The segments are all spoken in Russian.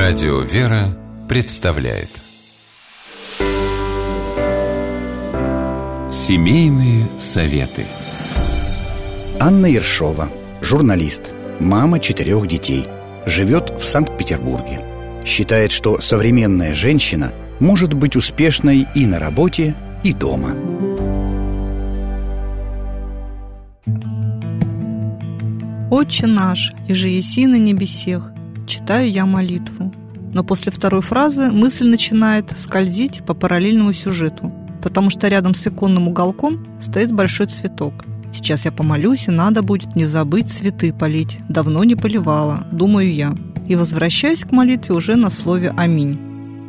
Радио «Вера» представляет Семейные советы. Анна Ершова, журналист, мама 4 детей, живет в Санкт-Петербурге. Считает, что современная женщина может быть успешной и на работе, и дома. «Отче наш, иже еси на небесех», читаю я молитву. Но после второй фразы мысль начинает скользить по параллельному сюжету, потому что рядом с иконным уголком стоит большой цветок. Сейчас я помолюсь, и надо будет не забыть цветы полить. Давно не поливала, думаю я. И возвращаюсь к молитве уже на слове «Аминь».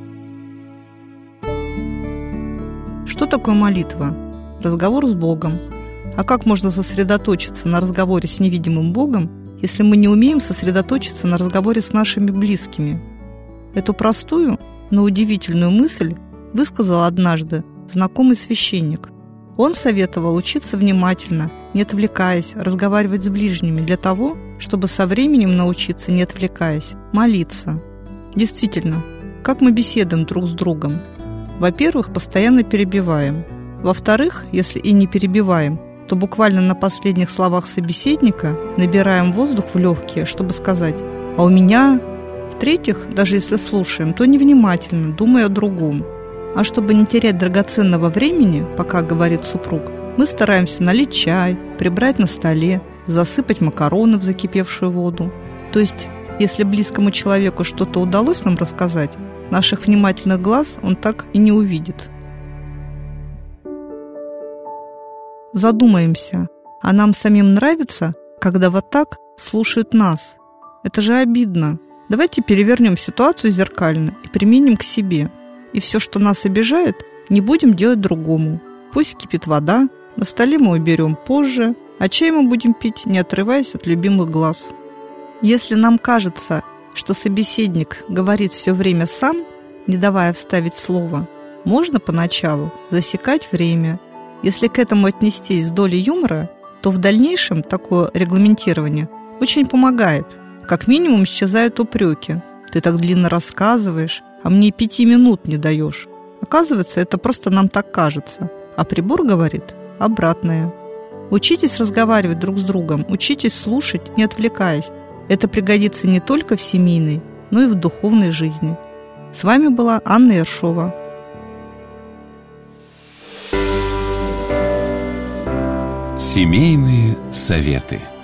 Что такое молитва? Разговор с Богом. А как можно сосредоточиться на разговоре с невидимым Богом, если мы не умеем сосредоточиться на разговоре с нашими близкими? Эту простую, но удивительную мысль высказал однажды знакомый священник. Он советовал учиться внимательно, не отвлекаясь, разговаривать с ближними для того, чтобы со временем научиться, не отвлекаясь, молиться. Действительно, как мы беседуем друг с другом? Во-первых, постоянно перебиваем. Во-вторых, если и не перебиваем, то буквально на последних словах собеседника набираем воздух в легкие, чтобы сказать «а у меня…». В-третьих, даже если слушаем, то невнимательно, думая о другом. А чтобы не терять драгоценного времени, пока говорит супруг, мы стараемся налить чай, прибрать на столе, засыпать макароны в закипевшую воду. То есть, если близкому человеку что-то удалось нам рассказать, наших внимательных глаз он так и не увидит. Задумаемся, а нам самим нравится, когда вот так слушают нас? Это же обидно. Давайте перевернем ситуацию зеркально и применим к себе. И все, что нас обижает, не будем делать другому. Пусть кипит вода, на столе мы уберем позже, а чай мы будем пить, не отрываясь от любимых глаз. Если нам кажется, что собеседник говорит все время сам, не давая вставить слово, можно поначалу засекать время. Если к этому отнестись с долей юмора, то в дальнейшем такое регламентирование очень помогает. Как минимум исчезают упреки. Ты так длинно рассказываешь, а мне 5 минут не даешь. Оказывается, это просто нам так кажется, а прибор говорит обратное. Учитесь разговаривать друг с другом, учитесь слушать, не отвлекаясь. Это пригодится не только в семейной, но и в духовной жизни. С вами была Анна Ершова. Семейные советы.